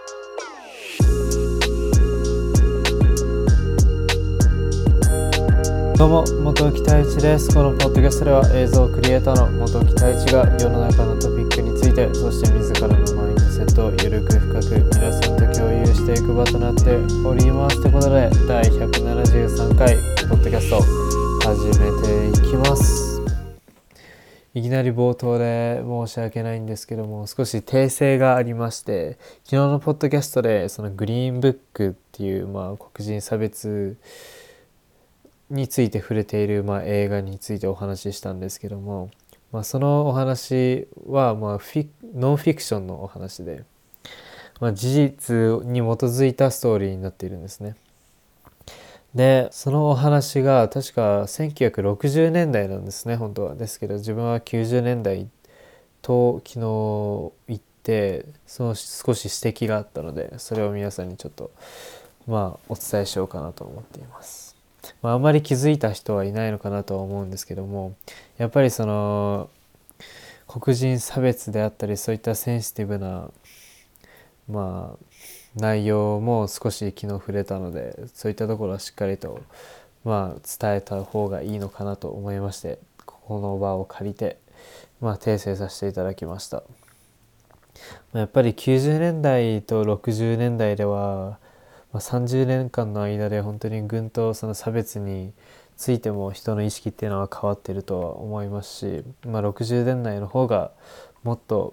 どうも、元木太一です。このポッドキャストでは映像クリエイターの元木太一が世の中のトピックについて、そして自らのマインドセットをゆるく深く皆さんと共有していく場となっておりますということで、第173回ポッドキャスト始めていきます。いきなり冒頭で申し訳ないんですけども、少し訂正がありまして、昨日のポッドキャストでそのグリーンブックっていう、黒人差別について触れている、映画についてお話ししたんですけども、そのお話は、ノンフィクションのお話で、事実に基づいたストーリーになっているんですね。で、そのお話が確か1960年代なんですね、本当は。ですけど、自分は90年代と昨日行って、その少し指摘があったので、それを皆さんにちょっと、お伝えしようかなと思っています。あまり気づいた人はいないのかなとは思うんですけども、やっぱりその黒人差別であったり、そういったセンシティブな内容も少し昨日触れたので、そういったところはしっかりと伝えた方がいいのかなと思いまして、この場を借りて訂正させていただきました。やっぱり90年代と60年代では30年間の間で本当にぐんとその差別についても人の意識っていうのは変わっているとは思いますし、60年代の方がもっと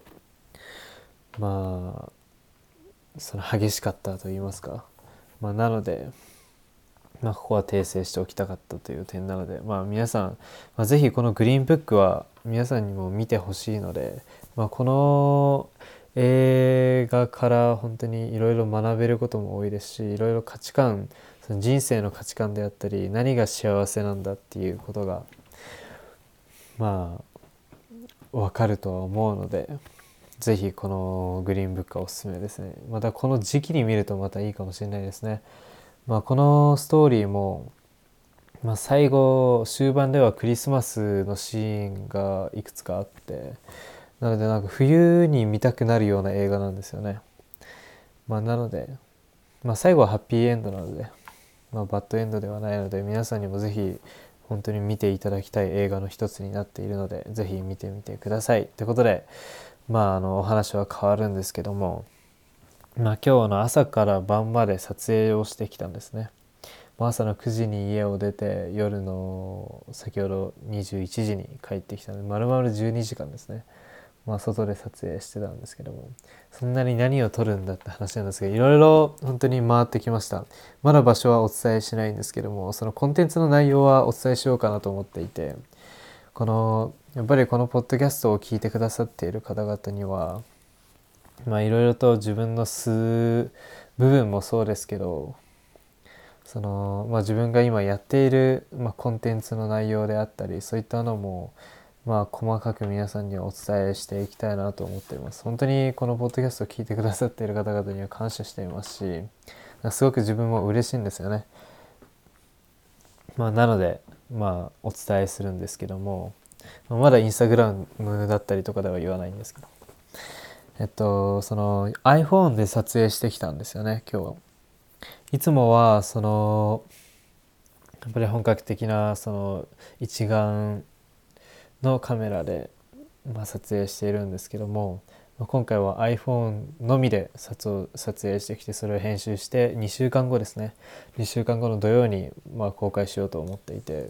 その激しかったと言いますか、なので、ここは訂正しておきたかったという点なので、皆さん、ぜひこのグリーンブックは皆さんにも見てほしいので、この映画から本当にいろいろ学べることも多いですし、いろいろ価値観、その人生の価値観であったり、何が幸せなんだっていうことが分かるとは思うので、ぜひこのグリーンブックはおすすめですね。またこの時期に見るとまたいいかもしれないですね。このストーリーも、最後終盤ではクリスマスのシーンがいくつかあって、なので冬に見たくなるような映画なんですよね。なので、最後はハッピーエンドなので、バッドエンドではないので、皆さんにもぜひ本当に見ていただきたい映画の一つになっているので、ぜひ見てみてください。ということで、お話は変わるんですけども、今日の朝から晩まで撮影をしてきたんですね。朝の9時に家を出て、夜の先ほど21時に帰ってきたので、丸々12時間ですね。外で撮影してたんですけども、そんなに何を撮るんだって話なんですけど、いろいろ本当に回ってきました。まだ場所はお伝えしないんですけども、そのコンテンツの内容はお伝えしようかなと思っていて、やっぱりこのポッドキャストを聞いてくださっている方々には、いろいろと自分の吸う部分もそうですけど、自分が今やっている、コンテンツの内容であったり、そういったのも細かく皆さんにはお伝えしていきたいなと思っています。本当にこのポッドキャストを聞いてくださっている方々には感謝していますし、すごく自分も嬉しいんですよね。なのでお伝えするんですけども、まだインスタグラムだったりとかでは言わないんですけど、その iPhone で撮影してきたんですよね、今日は。いつもはやっぱり本格的なその一眼のカメラで、撮影しているんですけども、今回は iPhone のみで撮影してきて、それを編集して2週間後ですね、2週間後の土曜に公開しようと思っていて、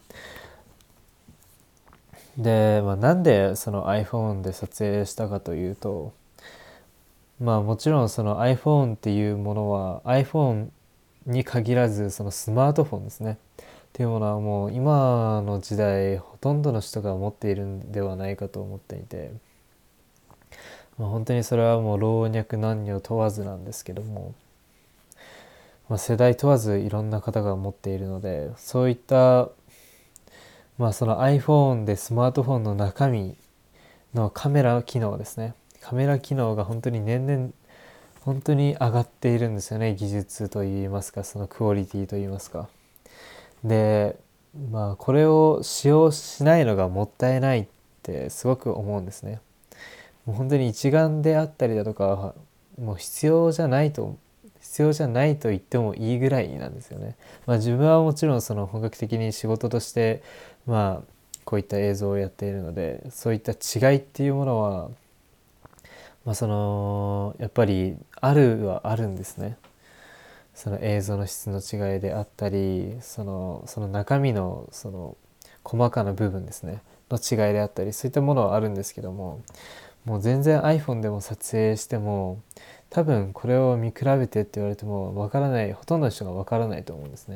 で、なんでその iPhone で撮影したかというと、もちろんその iPhone っていうものは iPhone に限らず、そのスマートフォンですねっていうものはもう今の時代ほとんどの人が持っているんではないかと思っていて、本当にそれはもう老若男女問わずなんですけども、世代問わずいろんな方が持っているので、そういったその iPhone でスマートフォンの中身のカメラ機能ですね、カメラ機能が本当に年々本当に上がっているんですよね。技術といいますか、そのクオリティといいますか。で、これを使用しないのがもったいないってすごく思うんですね。もう本当に一眼であったりだとか、 もう必要じゃないと言ってもいいぐらいなんですよね。自分はもちろんその本格的に仕事としてこういった映像をやっているので、そういった違いっていうものはそのやっぱりあるはあるんですね。その映像の質の違いであったり、その中身のその細かな部分ですねの違いであったり、そういったものはあるんですけども、もう全然 iPhone でも撮影しても多分これを見比べてって言われてもわからない、ほとんどの人がわからないと思うんですね。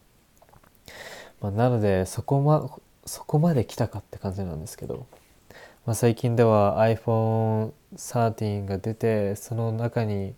なのでそこまで来たかって感じなんですけど、最近では iPhone 13が出て、その中に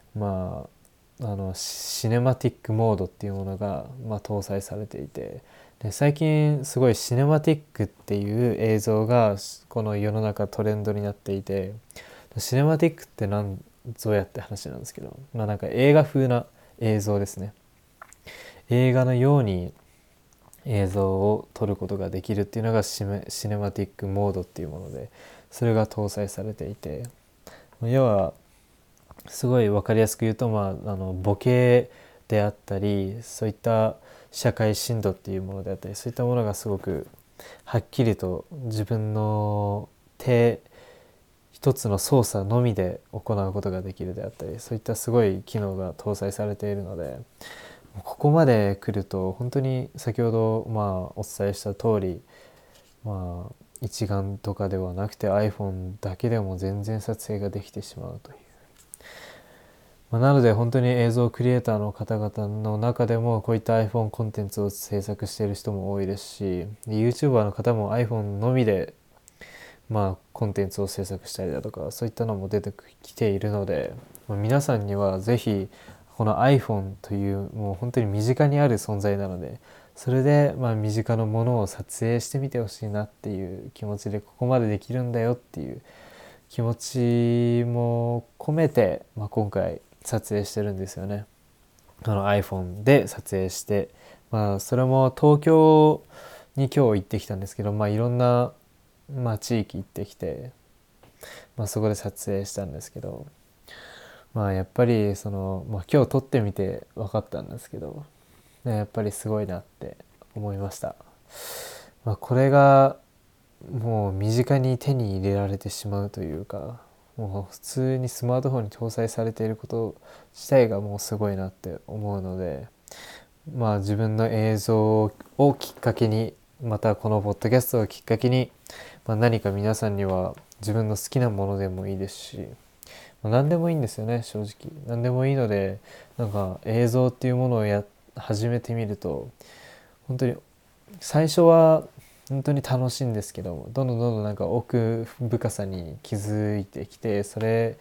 シネマティックモードっていうものが搭載されていて、で最近すごいシネマティックっていう映像がこの世の中トレンドになっていて、シネマティックって何ぞやって話なんですけど、なんか映画風な映像ですね。映画のように映像を撮ることができるっていうのがシネマティックモードっていうもので、それが搭載されていて、要はすごい分かりやすく言うと、ボケであったり、そういった社会深度っていうものであったり、そういったものがすごくはっきりと自分の手一つの操作のみで行うことができるであったり、そういったすごい機能が搭載されているので、ここまで来ると本当に先ほどお伝えした通り、一眼とかではなくて iPhone だけでも全然撮影ができてしまうという。なので本当に映像クリエイターの方々の中でもこういった iPhone コンテンツを制作している人も多いですし、 YouTuber の方も iPhone のみでコンテンツを制作したりだとか、そういったのも出てきているので、皆さんにはぜひこの iPhone というもう本当に身近にある存在なので、それで身近なものを撮影してみてほしいなっていう気持ちで、ここまでできるんだよっていう気持ちも込めて、今回撮影してるんですよね。iPhone で撮影して、それも東京に今日行ってきたんですけど、いろんな、地域行ってきて、そこで撮影したんですけど、やっぱりその、今日撮ってみて分かったんですけど、やっぱりすごいなって思いました。これがもう身近に手に入れられてしまうというか、もう普通にスマートフォンに搭載されていること自体がもうすごいなって思うので、自分の映像をきっかけに、またこのポッドキャストをきっかけに、何か皆さんには自分の好きなものでもいいですし、何でもいいんですよね。正直何でもいいので、なんか映像っていうものを始めてみると、本当に最初は本当に楽しいんですけど、どんどんなんか奥深さに気づいてきて、それ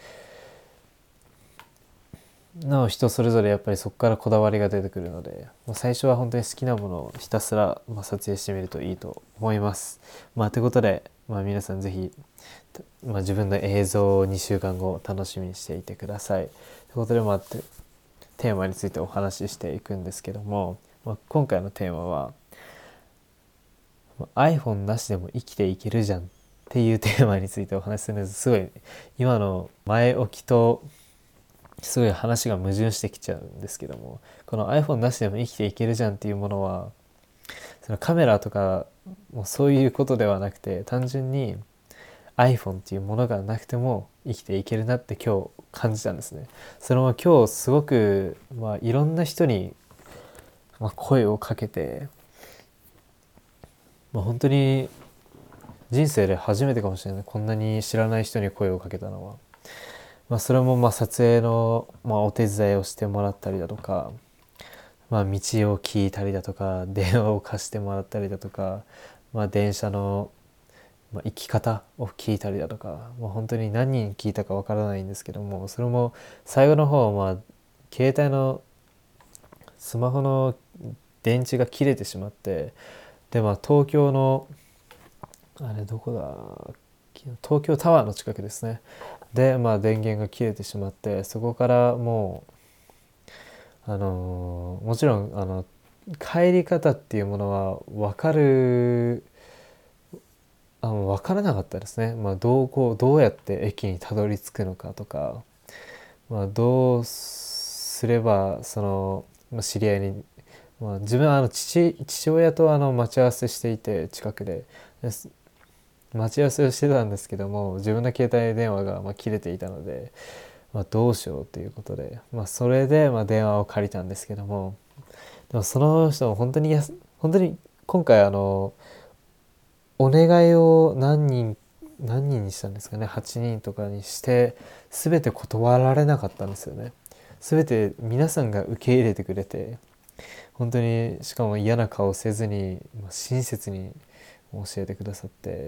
の人それぞれやっぱりそこからこだわりが出てくるので、最初は本当に好きなものをひたすら撮影してみるといいと思います。ということで、皆さんぜひ、自分の映像を2週間後楽しみにしていてください。ということで、テーマについてお話ししていくんですけども、今回のテーマは iPhone なしでも生きていけるじゃんっていうテーマについてお話しするんです。すごい今の前置きとすごい話が矛盾してきちゃうんですけども、この iPhone なしでも生きていけるじゃんっていうものは、そのカメラとかもうそういうことではなくて、単純に iPhone っていうものがなくても生きていけるなって今日感じたんですね。それも今日すごく、いろんな人に、声をかけて、本当に人生で初めてかもしれない、こんなに知らない人に声をかけたのは。それも撮影の、お手伝いをしてもらったりだとか、道を聞いたりだとか、電話を貸してもらったりだとか、電車の、行き方を聞いたりだとか、本当に何人聞いたかわからないんですけども、それも最後の方携帯のスマホの電池が切れてしまって、で東京のあれどこだ、東京タワーの近くですね。で電源が切れてしまって、そこからもうもちろん帰り方っていうものは分からなかったですね。どうやって駅にたどり着くのかとか、 どうすれば知り合いに、自分は父親と待ち合わせしていて近くで、待ち合わせをしてたんですけども、自分の携帯電話が切れていたので、どうしようということで、それで電話を借りたんですけども、でもその人も本当に今回お願いを何人にしたんですかね、8人とかにして全て断られなかったんですよね。全て皆さんが受け入れてくれて、本当にしかも嫌な顔せずに、親切に教えてくださって、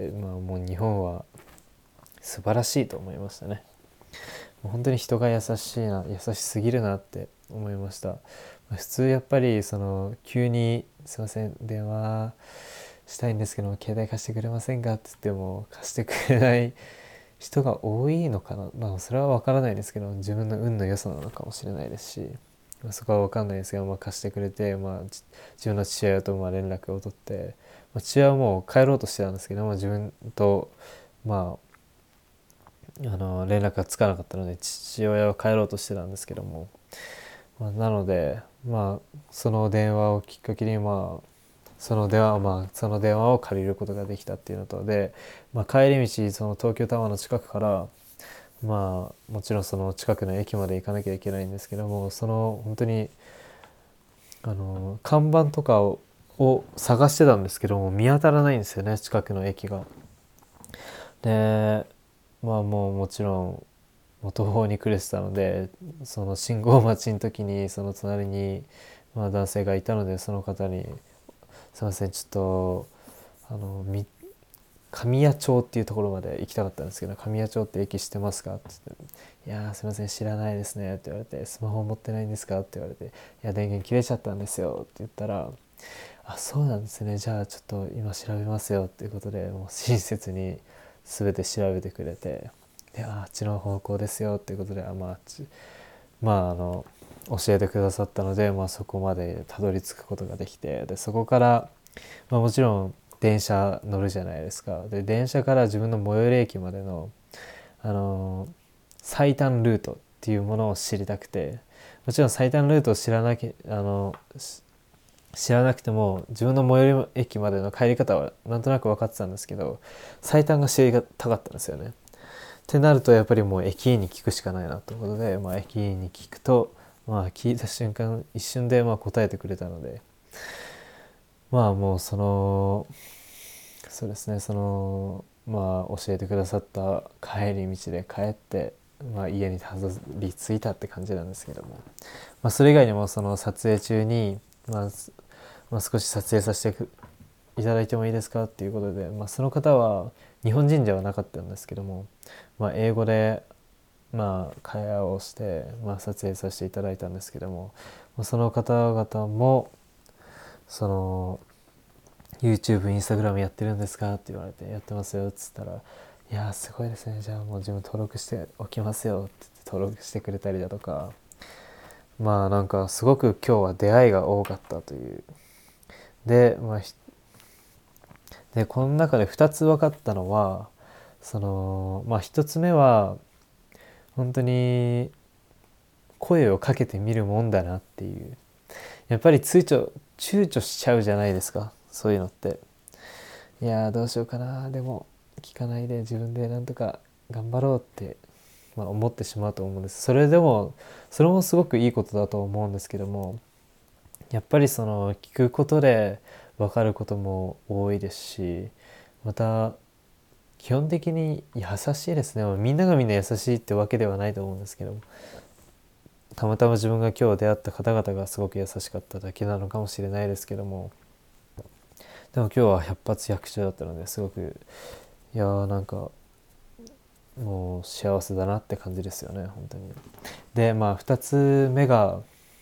もう日本は素晴らしいと思いましたね。もう本当に人が優ししすぎるなって思いました。普通やっぱり急に「すいません電話したいんですけども携帯貸してくれませんか?」って言っても貸してくれない人が多いのかな。それは分からないですけど、自分の運の良さなのかもしれないですし、そこは分かんないですけど、貸してくれて、自分の父親と連絡を取って、父親はもう帰ろうとしてたんですけども、自分と連絡がつかなかったので父親は帰ろうとしてたんですけども、なのでその電話をきっかけにその電話を借りることができたっていうのとで、帰り道その東京タワーの近くからもちろんその近くの駅まで行かなきゃいけないんですけども、本当に看板とかを探してたんですけども見当たらないんですよね、近くの駅が。でもうもちろん途方に暮れてたので、その信号待ちの時にその隣に男性がいたので、その方に「すいません、ちょっと神谷町っていうところまで行きたかったんですけど、神谷町って駅知ってますか?」って言って「いやすいません知らないですね」って言われて「スマホ持ってないんですか?」って言われて「いや電源切れちゃったんですよ」って言ったら「あ、そうなんですね、じゃあちょっと今調べますよ」っていうことで、もう親切に全て調べてくれて、であっちの方向ですよっていうことで、教えてくださったので、そこまでたどり着くことができて、でそこから、もちろん電車乗るじゃないですか。で電車から自分の最寄り駅までの最短ルートっていうものを知りたくて、もちろん最短ルートを知らなくても自分の最寄り駅までの帰り方はなんとなく分かってたんですけど、最短が知りたかったんですよね。ってなるとやっぱりもう駅員に聞くしかないなということで、駅員に聞くと、聞いた瞬間一瞬で答えてくれたので、もうそうですね、教えてくださった帰り道で帰って、家にたどり着いたって感じなんですけども、それ以外にもその撮影中に、少し撮影させていただいてもいいですかっていうことで、その方は日本人ではなかったんですけども、英語で会話をして、撮影させていただいたんですけども、その方々もYouTube、Instagram やってるんですかって言われて、やってますよっつったら、いやすごいですね、じゃあもう自分登録しておきますよって言って登録してくれたりだとか、なんかすごく今日は出会いが多かったという。で、この中で2つ分かったのは、1つ目は本当に声をかけてみるもんだなっていう。やっぱり躊躇しちゃうじゃないですか、そういうのって。いやどうしようかな、でも聞かないで自分でなんとか頑張ろうって、思ってしまうと思うんです。それもすごくいいことだと思うんですけども、やっぱり聞くことで分かることも多いですし、また基本的に優しいですね。みんながみんな優しいってわけではないと思うんですけども、たまたま自分が今日出会った方々がすごく優しかっただけなのかもしれないですけども、でも今日は百発百中だったので、すごくなんかもう幸せだなって感じですよね、本当に。で2つ目が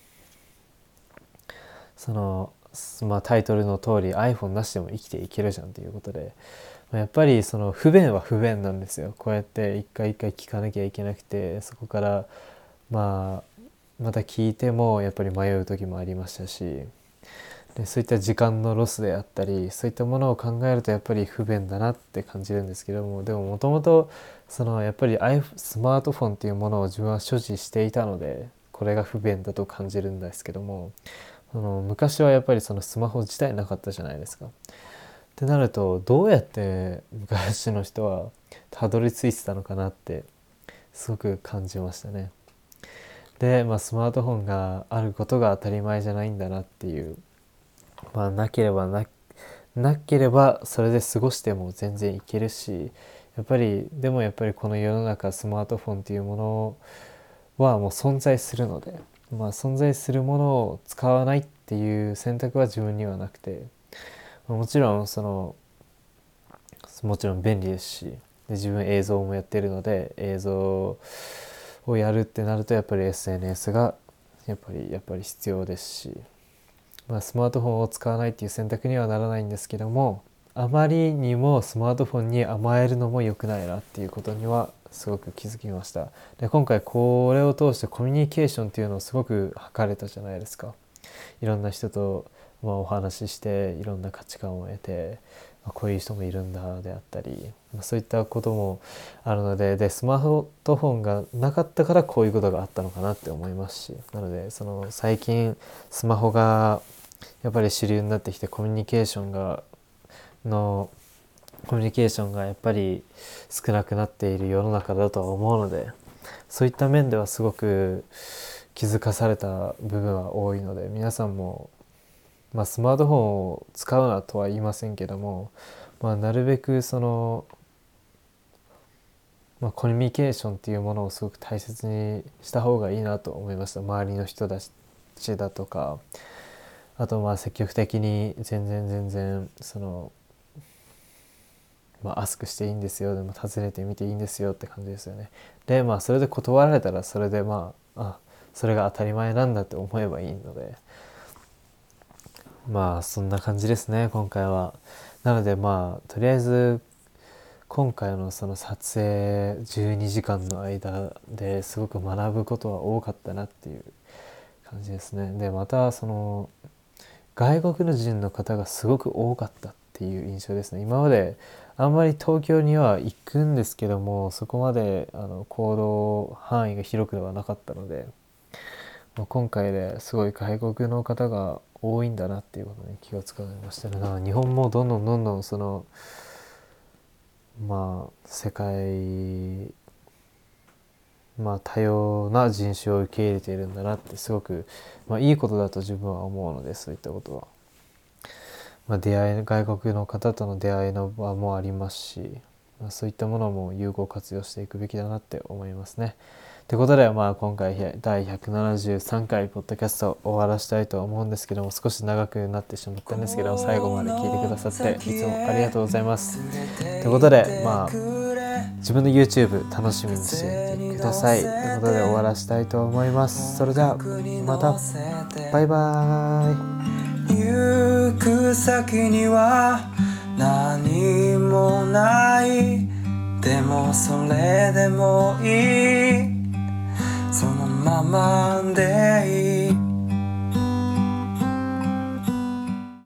タイトルの通り iPhone なしでも生きていけるじゃんということで、やっぱり不便は不便なんですよ。こうやって一回一回聞かなきゃいけなくて、そこからまた聞いてもやっぱり迷う時もありましたし、 でそういった時間のロスであったりそういったものを考えるとやっぱり不便だなって感じるんですけども、でももともとやっぱりスマートフォンっていうものを自分は所持していたのでこれが不便だと感じるんですけども、昔はやっぱりそのスマホ自体なかったじゃないですか。ってなるとどうやって昔の人はたどり着いてたのかなってすごく感じましたね。で、スマートフォンがあることが当たり前じゃないんだなっていう、なければそれで過ごしても全然いけるし、やっぱりこの世の中スマートフォンっていうものはもう存在するので、存在するものを使わないっていう選択は自分にはなくて、もちろん便利ですし、で自分映像もやってるので映像をやるってなるとやっぱり SNS がやっぱり必要ですし、スマートフォンを使わないっていう選択にはならないんですけども、あまりにもスマートフォンに甘えるのも良くないなっていうことにはすごく気づきました。で今回これを通してコミュニケーションっていうのをすごく図れたじゃないですか。いろんな人とお話ししていろんな価値観を得て、こういう人もいるんだであったり、そういったこともあるので、スマートフォンがなかったからこういうことがあったのかなって思いますし、なので最近スマホがやっぱり主流になってきてコミュニケーションがやっぱり少なくなっている世の中だとは思うので、そういった面ではすごく気づかされた部分は多いので、皆さんもスマートフォンを使うなとは言いませんけども、なるべくコミュニケーションっていうものをすごく大切にした方がいいなと思いました。周りの人たちだとか、あと積極的に全然アスクしていいんですよ、でも尋ねてみていいんですよって感じですよね。でそれで断られたらそれでそれが当たり前なんだって思えばいいので、そんな感じですね今回は。なのでとりあえず今回のその撮影12時間の間ですごく学ぶことは多かったなっていう感じですね。でまた外国人の方がすごく多かったっていう印象ですね。今まであんまり東京には行くんですけども、そこまで行動範囲が広くではなかったので、今回ですごい外国の方が多いんだなっていうことに気がつかれましたね。日本もどんどん世界多様な人種を受け入れているんだなってすごく、いいことだと自分は思うので、そういったことは、外国の方との出会いの場もありますし、そういったものも有効活用していくべきだなって思いますね。ということで今回第173回ポッドキャストを終わらしたいと思うんですけども、少し長くなってしまったんですけども、最後まで聞いてくださっていつもありがとうございます。ということで自分の YouTube 楽しみにしていてください。ということで終わらしたいと思います。それではまた、バイバーイ。 行く先には何もない、でもそれでもいい、そのままでいい。